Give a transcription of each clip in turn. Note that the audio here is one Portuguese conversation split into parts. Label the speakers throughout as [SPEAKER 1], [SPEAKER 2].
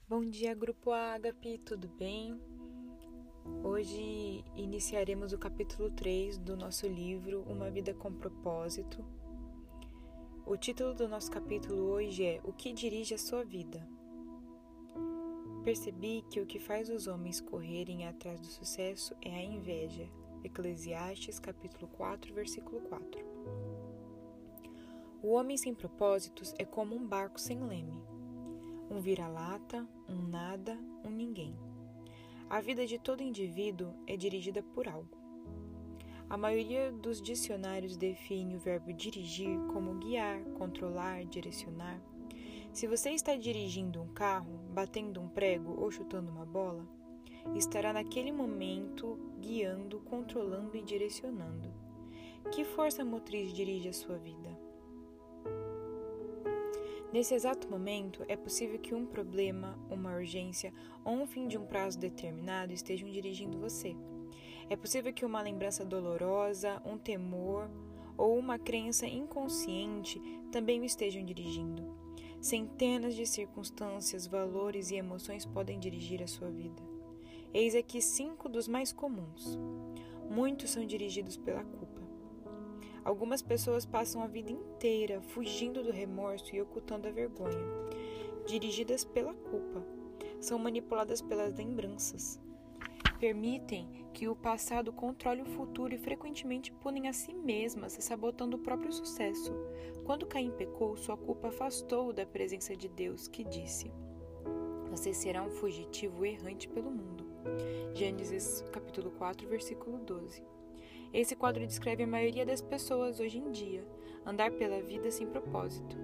[SPEAKER 1] Bom dia, Grupo Ágape, tudo bem? Hoje iniciaremos o capítulo 3 do nosso livro Uma Vida com Propósito. O título do nosso capítulo hoje é O que dirige a sua vida? Percebi que o que faz os homens correrem atrás do sucesso é a inveja. Eclesiastes, capítulo 4, versículo 4. O homem sem propósitos é como um barco sem leme. Um vira-lata, um nada, um ninguém. A vida de todo indivíduo é dirigida por algo. A maioria dos dicionários define o verbo dirigir como guiar, controlar, direcionar. Se você está dirigindo um carro, batendo um prego ou chutando uma bola, estará naquele momento guiando, controlando e direcionando. Que força motriz dirige a sua vida? Nesse exato momento, é possível que um problema, uma urgência ou um fim de um prazo determinado estejam dirigindo você. É possível que uma lembrança dolorosa, um temor ou uma crença inconsciente também o estejam dirigindo. Centenas de circunstâncias, valores e emoções podem dirigir a sua vida. Eis aqui 5 dos mais comuns. Muitos são dirigidos pela culpa. Algumas pessoas passam a vida inteira fugindo do remorso e ocultando a vergonha. Dirigidas pela culpa, são manipuladas pelas lembranças. Permitem que o passado controle o futuro e frequentemente punem a si mesmas, sabotando o próprio sucesso. Quando Caim pecou, sua culpa afastou-o da presença de Deus, que disse: "Você será um fugitivo errante pelo mundo." Gênesis capítulo 4, versículo 12. Esse quadro descreve a maioria das pessoas hoje em dia, andar pela vida sem propósito.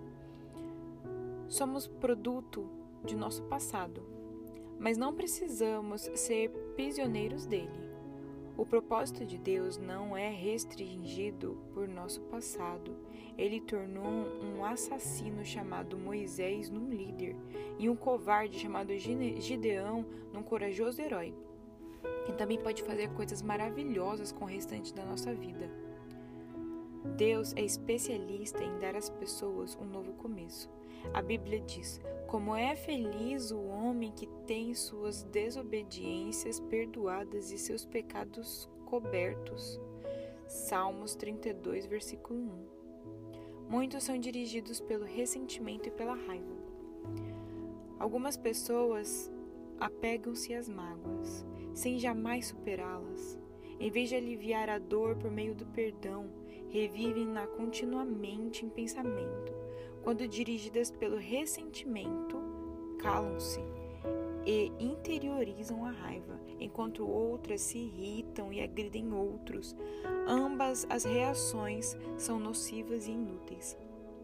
[SPEAKER 1] Somos produto de nosso passado, mas não precisamos ser prisioneiros dele. O propósito de Deus não é restringido por nosso passado. Ele tornou um assassino chamado Moisés num líder e um covarde chamado Gideão num corajoso herói. E também pode fazer coisas maravilhosas com o restante da nossa vida. Deus é especialista em dar às pessoas um novo começo. A Bíblia diz: "Como é feliz o homem que tem suas desobediências perdoadas e seus pecados cobertos." Salmos 32, versículo 1. Muitos são dirigidos pelo ressentimento e pela raiva. Algumas pessoas apegam-se às mágoas, sem jamais superá-las. Em vez de aliviar a dor por meio do perdão, revivem-na continuamente em pensamento. Quando dirigidas pelo ressentimento, calam-se e interiorizam a raiva, enquanto outras se irritam e agridem outros. Ambas as reações são nocivas e inúteis.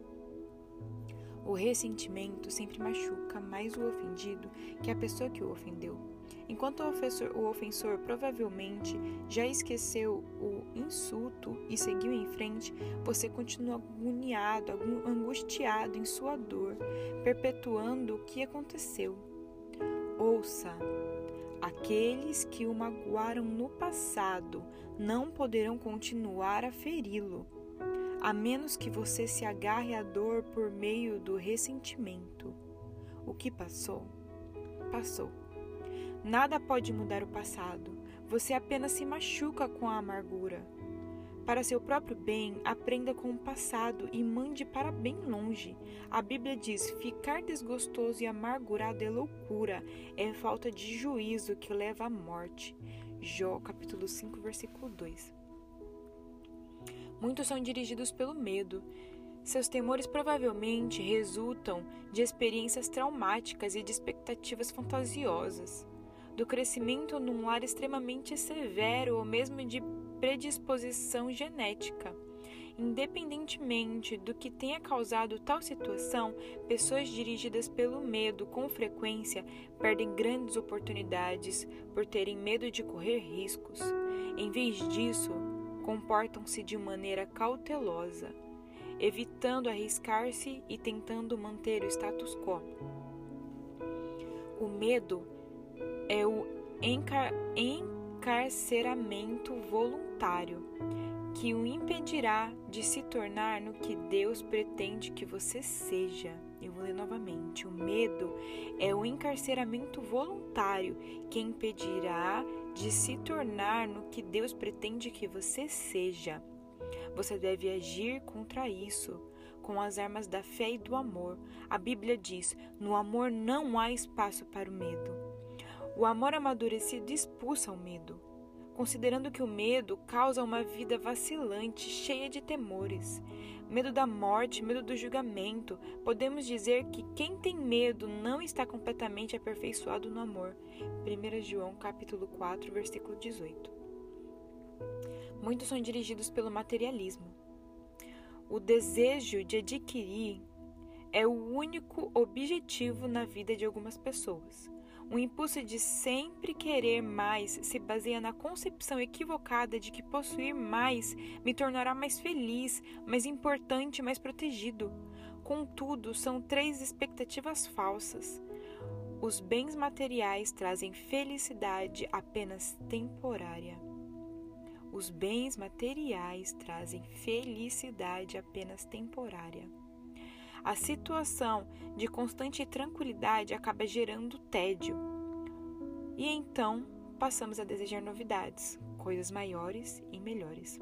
[SPEAKER 1] O ressentimento sempre machuca mais o ofendido que a pessoa que o ofendeu. Enquanto o ofensor provavelmente já esqueceu o insulto e seguiu em frente, você continua agoniado, angustiado em sua dor, perpetuando o que aconteceu. Ouça: aqueles que o magoaram no passado não poderão continuar a feri-lo, a menos que você se agarre à dor por meio do ressentimento. O que passou, passou. Nada pode mudar o passado. Você apenas se machuca com a amargura. Para seu próprio bem, aprenda com o passado e mande para bem longe. A Bíblia diz: ficar desgostoso e amargurado é loucura, é falta de juízo que leva à morte. Jó, capítulo 5, versículo 2. Muitos são dirigidos pelo medo. Seus temores provavelmente resultam de experiências traumáticas e de expectativas fantasiosas, do crescimento num lar extremamente severo ou mesmo de predisposição genética. Independentemente do que tenha causado tal situação, pessoas dirigidas pelo medo com frequência perdem grandes oportunidades por terem medo de correr riscos. Em vez disso, comportam-se de maneira cautelosa, evitando arriscar-se e tentando manter o status quo. O medo é o encarceramento voluntário que o impedirá de se tornar no que Deus pretende que você seja. Eu vou ler novamente. O medo é o encarceramento voluntário que impedirá de se tornar no que Deus pretende que você seja. Você deve agir contra isso com as armas da fé e do amor. A Bíblia diz: no amor não há espaço para o medo. O amor amadurecido expulsa o medo, considerando que o medo causa uma vida vacilante, cheia de temores. Medo da morte, medo do julgamento. Podemos dizer que quem tem medo não está completamente aperfeiçoado no amor. 1 João capítulo 4, versículo 18. Muitos são dirigidos pelo materialismo. O desejo de adquirir é o único objetivo na vida de algumas pessoas. O impulso de sempre querer mais se baseia na concepção equivocada de que possuir mais me tornará mais feliz, mais importante, mais protegido. Contudo, são 3 expectativas falsas. Os bens materiais trazem felicidade apenas temporária. Os bens materiais trazem felicidade apenas temporária. A situação de constante tranquilidade acaba gerando tédio. E então passamos a desejar novidades, coisas maiores e melhores.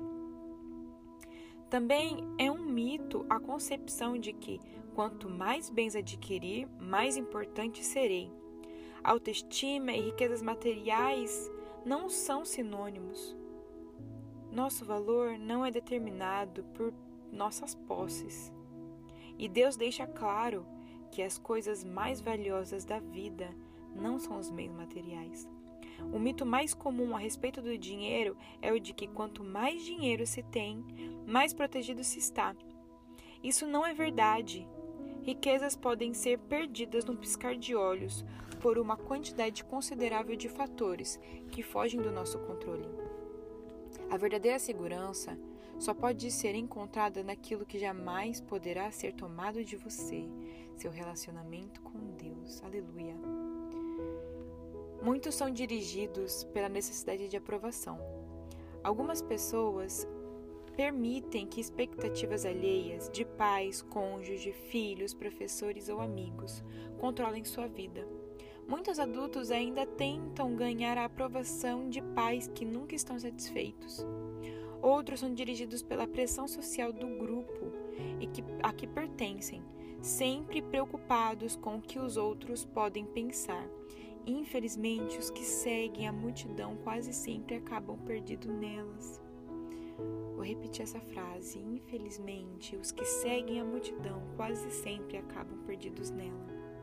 [SPEAKER 1] Também é um mito a concepção de que quanto mais bens adquirir, mais importante serei. Autoestima e riquezas materiais não são sinônimos. Nosso valor não é determinado por nossas posses. E Deus deixa claro que as coisas mais valiosas da vida não são os bens materiais. O mito mais comum a respeito do dinheiro é o de que quanto mais dinheiro se tem, mais protegido se está. Isso não é verdade. Riquezas podem ser perdidas num piscar de olhos por uma quantidade considerável de fatores que fogem do nosso controle. A verdadeira segurança só pode ser encontrada naquilo que jamais poderá ser tomado de você, seu relacionamento com Deus. Aleluia. Muitos são dirigidos pela necessidade de aprovação. Algumas pessoas permitem que expectativas alheias de pais, cônjuge, filhos, professores ou amigos controlem sua vida. Muitos adultos ainda tentam ganhar a aprovação de pais que nunca estão satisfeitos. Outros são dirigidos pela pressão social do grupo a que pertencem, sempre preocupados com o que os outros podem pensar. Infelizmente, os que seguem a multidão quase sempre acabam perdidos nelas. Vou repetir essa frase. Infelizmente, os que seguem a multidão quase sempre acabam perdidos nela.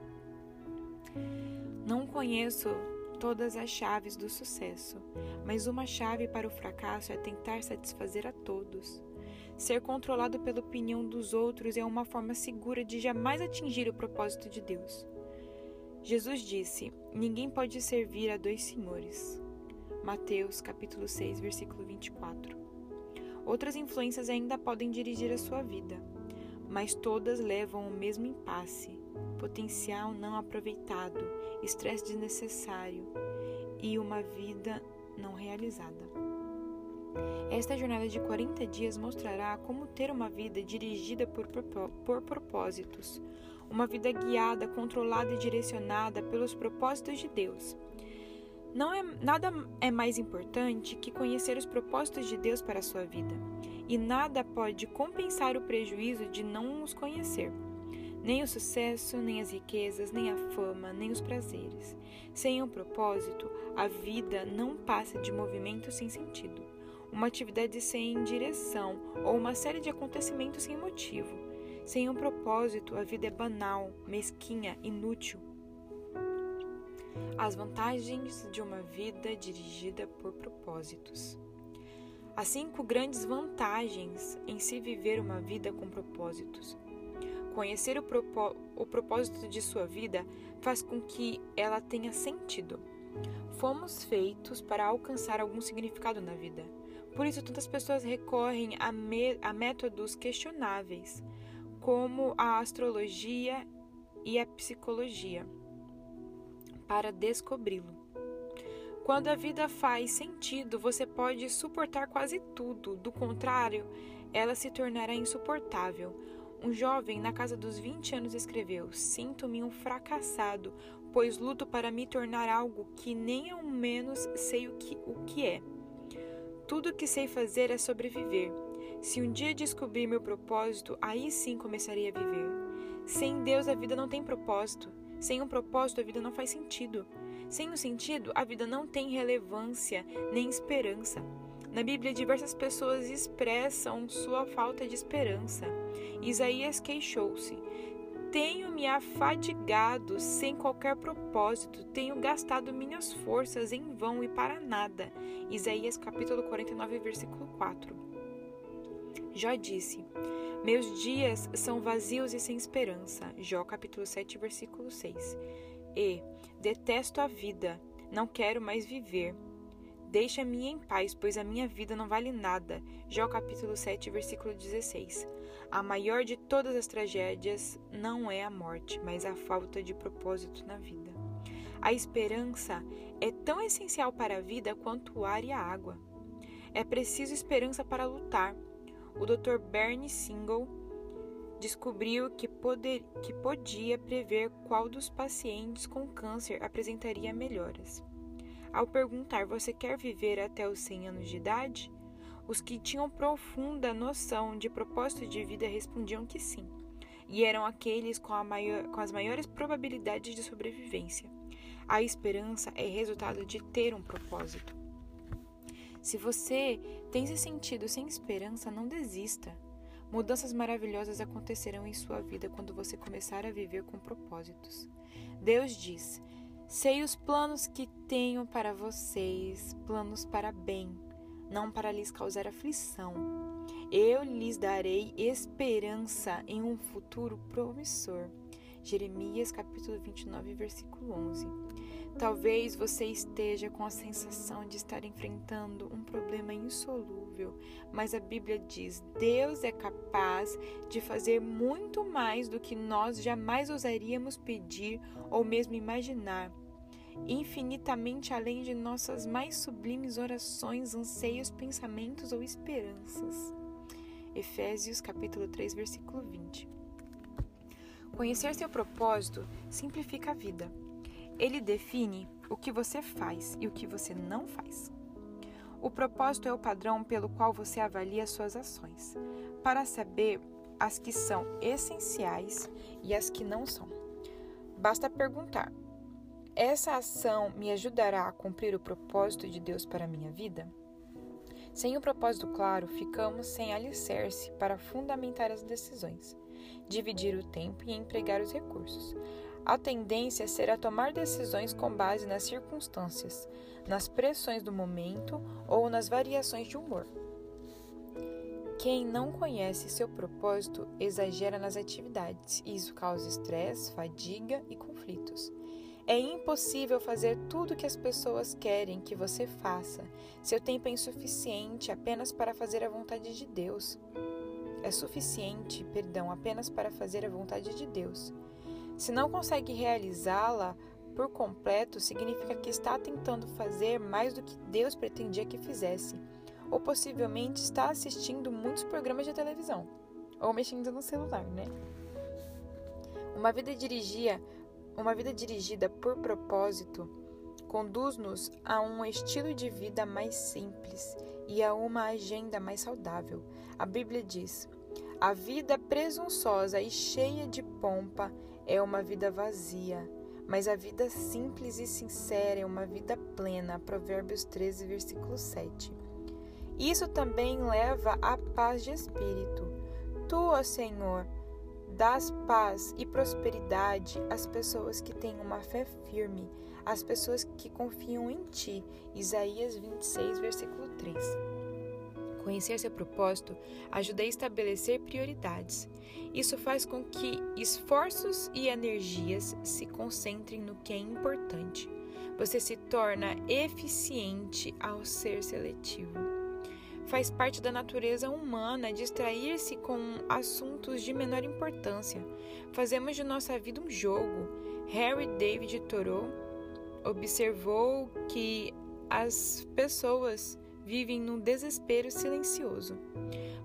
[SPEAKER 1] Não conheço todas as chaves do sucesso, mas uma chave para o fracasso é tentar satisfazer a todos. Ser controlado pela opinião dos outros é uma forma segura de jamais atingir o propósito de Deus. Jesus disse: ninguém pode servir a 2 senhores. Mateus capítulo 6, versículo 24. Outras influências ainda podem dirigir a sua vida, mas todas levam ao mesmo impasse: potencial não aproveitado, estresse desnecessário e uma vida não realizada. Esta jornada de 40 dias mostrará como ter uma vida dirigida por propósitos, uma vida guiada, controlada e direcionada pelos propósitos de Deus. Nada é mais importante que conhecer os propósitos de Deus para a sua vida, e nada pode compensar o prejuízo de não os conhecer. Nem o sucesso, nem as riquezas, nem a fama, nem os prazeres. Sem um propósito, a vida não passa de movimento sem sentido, uma atividade sem direção ou uma série de acontecimentos sem motivo. Sem um propósito, a vida é banal, mesquinha, inútil. As vantagens de uma vida dirigida por propósitos. Há 5 grandes vantagens em se viver uma vida com propósitos. Conhecer o propósito de sua vida faz com que ela tenha sentido. Fomos feitos para alcançar algum significado na vida. Por isso, tantas pessoas recorrem a métodos questionáveis, como a astrologia e a psicologia, para descobri-lo. Quando a vida faz sentido, você pode suportar quase tudo. Do contrário, ela se tornará insuportável. Um jovem na casa dos 20 anos escreveu: "Sinto-me um fracassado, pois luto para me tornar algo que nem ao menos sei o que é. Tudo o que sei fazer é sobreviver. Se um dia descobrir meu propósito, aí sim começarei a viver. Sem Deus a vida não tem propósito. Sem um propósito a vida não faz sentido. Sem um sentido a vida não tem relevância nem esperança." Na Bíblia, diversas pessoas expressam sua falta de esperança. Isaías queixou-se: "Tenho me afadigado sem qualquer propósito, tenho gastado minhas forças em vão e para nada." Isaías capítulo 49, versículo 4. Jó disse: "Meus dias são vazios e sem esperança." Jó capítulo 7, versículo 6. E detesto a vida, não quero mais viver. Deixa-me em paz, pois a minha vida não vale nada. Jó capítulo 7, versículo 16. A maior de todas as tragédias não é a morte, mas a falta de propósito na vida. A esperança é tão essencial para a vida quanto o ar e a água. É preciso esperança para lutar. O Dr. Bernie Siegel descobriu que podia prever qual dos pacientes com câncer apresentaria melhoras. Ao perguntar: "Você quer viver até os 100 anos de idade?", os que tinham profunda noção de propósito de vida respondiam que sim, e eram aqueles com as maiores probabilidades de sobrevivência. A esperança é resultado de ter um propósito. Se você tem se sentido sem esperança, não desista. Mudanças maravilhosas acontecerão em sua vida quando você começar a viver com propósitos. Deus diz: "Sei os planos que tenho para vocês, planos para bem, não para lhes causar aflição. Eu lhes darei esperança em um futuro promissor." Jeremias capítulo 29, versículo 11. Talvez você esteja com a sensação de estar enfrentando um problema insolúvel, mas a Bíblia diz: Deus é capaz de fazer muito mais do que nós jamais ousaríamos pedir ou mesmo imaginar, infinitamente além de nossas mais sublimes orações, anseios, pensamentos ou esperanças. Efésios capítulo 3, versículo 20. Conhecer seu propósito simplifica a vida. Ele define o que você faz e o que você não faz. O propósito é o padrão pelo qual você avalia suas ações, para saber as que são essenciais e as que não são. Basta perguntar: essa ação me ajudará a cumprir o propósito de Deus para a minha vida? Sem um propósito claro, ficamos sem alicerce para fundamentar as decisões, dividir o tempo e empregar os recursos. A tendência será tomar decisões com base nas circunstâncias, nas pressões do momento ou nas variações de humor. Quem não conhece seu propósito exagera nas atividades e isso causa estresse, fadiga e conflitos. É impossível fazer tudo o que as pessoas querem que você faça. Seu tempo é insuficiente apenas para fazer a vontade de Deus. Apenas para fazer a vontade de Deus. Se não consegue realizá-la por completo, significa que está tentando fazer mais do que Deus pretendia que fizesse, ou possivelmente está assistindo muitos programas de televisão, ou mexendo no celular, né? Uma vida dirigida por propósito conduz-nos a um estilo de vida mais simples e a uma agenda mais saudável. A Bíblia diz: "A vida presunçosa e cheia de pompa é uma vida vazia, mas a vida simples e sincera é uma vida plena." Provérbios 13, versículo 7. Isso também leva à paz de espírito. Tu, ó Senhor, dás paz e prosperidade às pessoas que têm uma fé firme, às pessoas que confiam em Ti. Isaías 26, versículo 3. Conhecer seu propósito ajuda a estabelecer prioridades. Isso faz com que esforços e energias se concentrem no que é importante. Você se torna eficiente ao ser seletivo. Faz parte da natureza humana distrair-se com assuntos de menor importância. Fazemos de nossa vida um jogo. Henry David Thoreau observou que as pessoas vivem num desespero silencioso.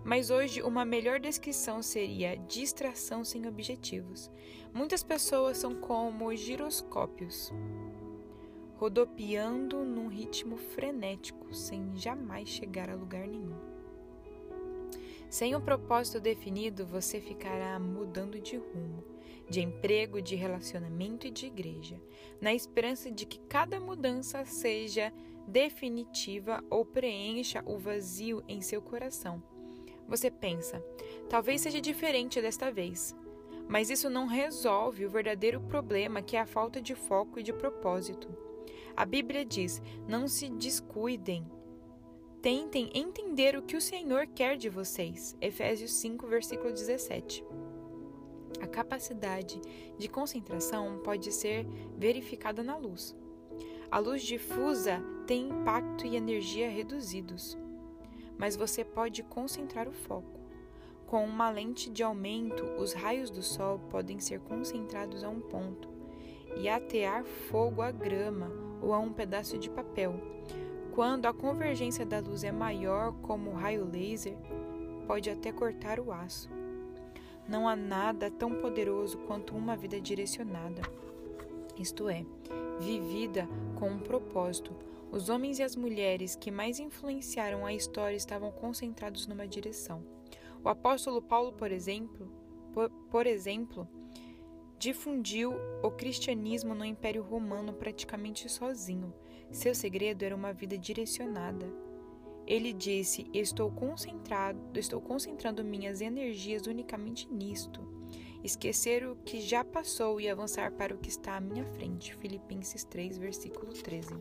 [SPEAKER 1] Mas hoje uma melhor descrição seria distração sem objetivos. Muitas pessoas são como giroscópios, rodopiando num ritmo frenético, sem jamais chegar a lugar nenhum. Sem um propósito definido, você ficará mudando de rumo, de emprego, de relacionamento e de igreja, na esperança de que cada mudança seja definitiva ou preencha o vazio em seu coração. Você pensa, talvez seja diferente desta vez, mas isso não resolve o verdadeiro problema, que é a falta de foco e de propósito. A Bíblia diz, não se descuidem, tentem entender o que o Senhor quer de vocês. Efésios 5, versículo 17. A capacidade de concentração pode ser verificada na luz. A luz difusa tem impacto e energia reduzidos, mas você pode concentrar o foco. Com uma lente de aumento, os raios do sol podem ser concentrados a um ponto e atear fogo à grama ou a um pedaço de papel. Quando a convergência da luz é maior, como o raio laser, pode até cortar o aço. Não há nada tão poderoso quanto uma vida direcionada, isto é, vivida com um propósito. Os homens e as mulheres que mais influenciaram a história estavam concentrados numa direção. O apóstolo Paulo, por exemplo, difundiu o cristianismo no Império Romano praticamente sozinho. Seu segredo era uma vida direcionada. Ele disse, estou concentrando minhas energias unicamente nisto. Esquecer o que já passou e avançar para o que está à minha frente. Filipenses 3, versículo 13.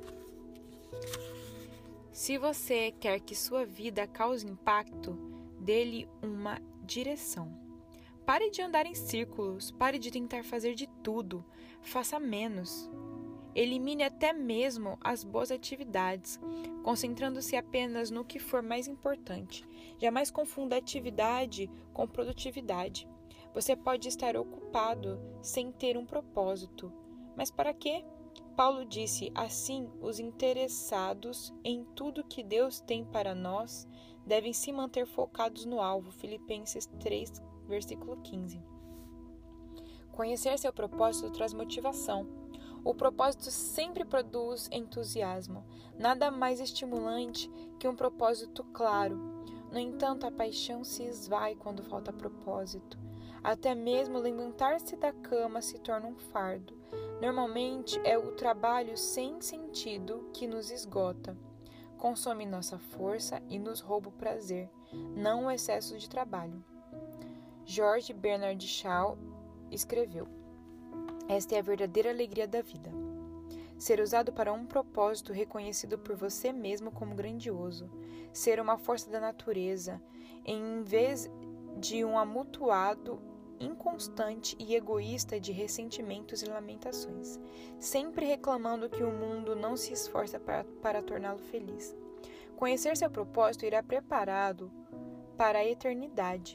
[SPEAKER 1] Se você quer que sua vida cause impacto, dê-lhe uma direção. Pare de andar em círculos, pare de tentar fazer de tudo, faça menos. Elimine até mesmo as boas atividades, concentrando-se apenas no que for mais importante. Jamais confunda atividade com produtividade. Você pode estar ocupado sem ter um propósito. Mas para quê? Paulo disse, assim, os interessados em tudo que Deus tem para nós devem se manter focados no alvo. Filipenses 3, versículo 15. Conhecer seu propósito traz motivação. O propósito sempre produz entusiasmo. Nada mais estimulante que um propósito claro. No entanto, a paixão se esvai quando falta propósito. Até mesmo levantar-se da cama se torna um fardo. Normalmente é o trabalho sem sentido que nos esgota. Consome nossa força e nos rouba o prazer, não o excesso de trabalho. George Bernard Shaw escreveu: esta é a verdadeira alegria da vida. Ser usado para um propósito reconhecido por você mesmo como grandioso. Ser uma força da natureza, em vez de um amontoado inconstante e egoísta de ressentimentos e lamentações, sempre reclamando que o mundo não se esforça para torná-lo feliz. Conhecer seu propósito irá prepará-lo para a eternidade.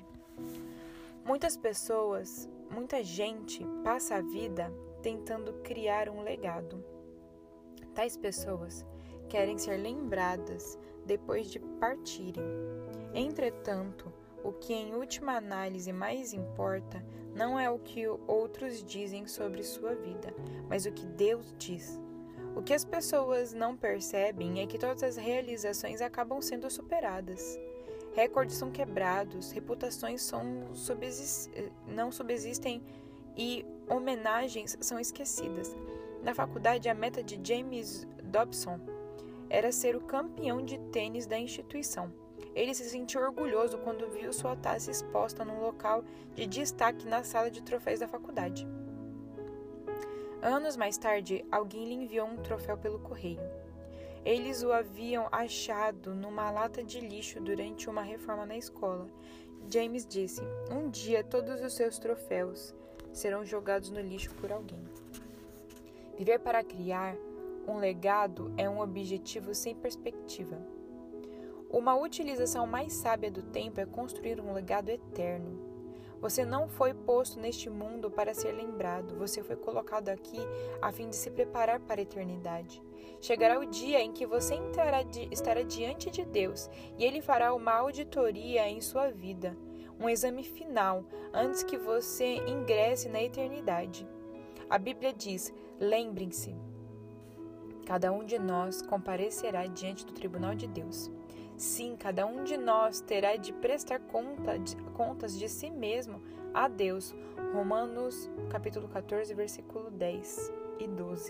[SPEAKER 1] Muita gente passa a vida tentando criar um legado. Tais pessoas querem ser lembradas depois de partirem. Entretanto, o que em última análise mais importa não é o que outros dizem sobre sua vida, mas o que Deus diz. O que as pessoas não percebem é que todas as realizações acabam sendo superadas. Recordes são quebrados, reputações não subsistem e homenagens são esquecidas. Na faculdade, a meta de James Dobson era ser o campeão de tênis da instituição. Ele se sentiu orgulhoso quando viu sua taça exposta num local de destaque na sala de troféus da faculdade. Anos mais tarde, alguém lhe enviou um troféu pelo correio. Eles o haviam achado numa lata de lixo durante uma reforma na escola. James disse: um dia todos os seus troféus serão jogados no lixo por alguém. Viver para criar um legado é um objetivo sem perspectiva. Uma utilização mais sábia do tempo é construir um legado eterno. Você não foi posto neste mundo para ser lembrado, você foi colocado aqui a fim de se preparar para a eternidade. Chegará o dia em que você estará diante de Deus e Ele fará uma auditoria em sua vida, um exame final, antes que você ingresse na eternidade. A Bíblia diz: lembrem-se, cada um de nós comparecerá diante do tribunal de Deus. Sim, cada um de nós terá de prestar contas de si mesmo a Deus. Romanos capítulo 14, versículo 10 e 12.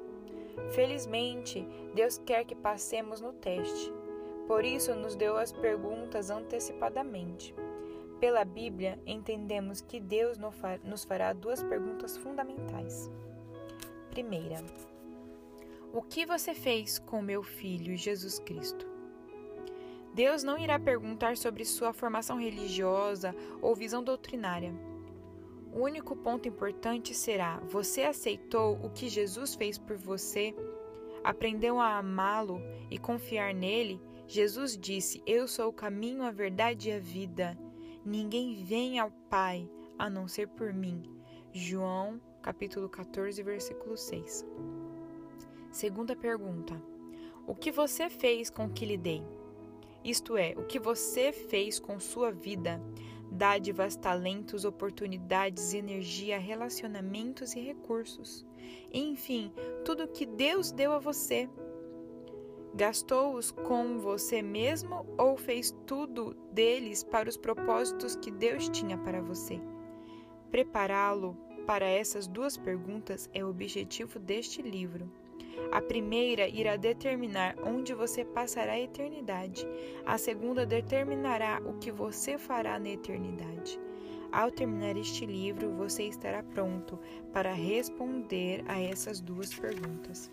[SPEAKER 1] Felizmente, Deus quer que passemos no teste. Por isso, nos deu as perguntas antecipadamente. Pela Bíblia, entendemos que Deus nos fará duas perguntas fundamentais. Primeira: o que você fez com meu filho Jesus Cristo? Deus não irá perguntar sobre sua formação religiosa ou visão doutrinária. O único ponto importante será: você aceitou o que Jesus fez por você? Aprendeu a amá-lo e confiar nele? Jesus disse: eu sou o caminho, a verdade e a vida. Ninguém vem ao Pai a não ser por mim. João, capítulo 14, versículo 6. Segunda pergunta: o que você fez com o que lhe dei? Isto é, o que você fez com sua vida, dádivas, talentos, oportunidades, energia, relacionamentos e recursos. Enfim, tudo o que Deus deu a você. Gastou-os com você mesmo ou fez tudo deles para os propósitos que Deus tinha para você? Prepará-lo para essas duas perguntas é o objetivo deste livro. A primeira irá determinar onde você passará a eternidade. A segunda determinará o que você fará na eternidade. Ao terminar este livro, você estará pronto para responder a essas duas perguntas.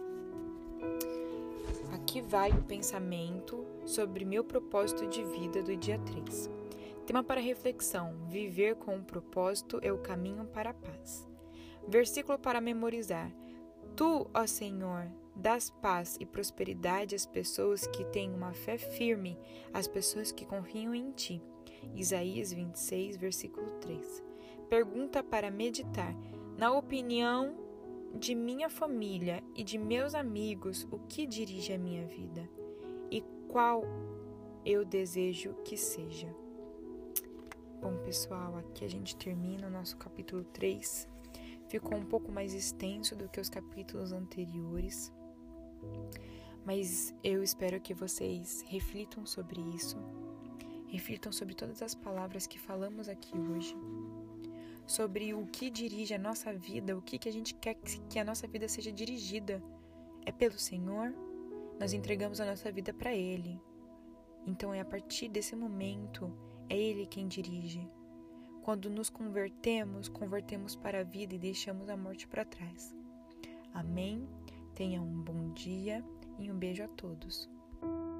[SPEAKER 1] Aqui vai o pensamento sobre meu propósito de vida do dia 3. Tema para reflexão: viver com um propósito é o caminho para a paz. Versículo para memorizar: Tu, ó Senhor, dás paz e prosperidade às pessoas que têm uma fé firme, às pessoas que confiam em Ti. Isaías 26, versículo 3. Pergunta para meditar: na opinião de minha família e de meus amigos, o que dirige a minha vida? E qual eu desejo que seja? Bom, pessoal, aqui a gente termina o nosso capítulo 3. Ficou um pouco mais extenso do que os capítulos anteriores, mas eu espero que vocês reflitam sobre isso, reflitam sobre todas as palavras que falamos aqui hoje, sobre o que dirige a nossa vida, o que a gente quer que a nossa vida seja dirigida. É pelo Senhor? Nós entregamos a nossa vida para Ele. Então é a partir desse momento, é Ele quem dirige. Quando nos convertemos para a vida e deixamos a morte para trás. Amém? Tenha um bom dia e um beijo a todos.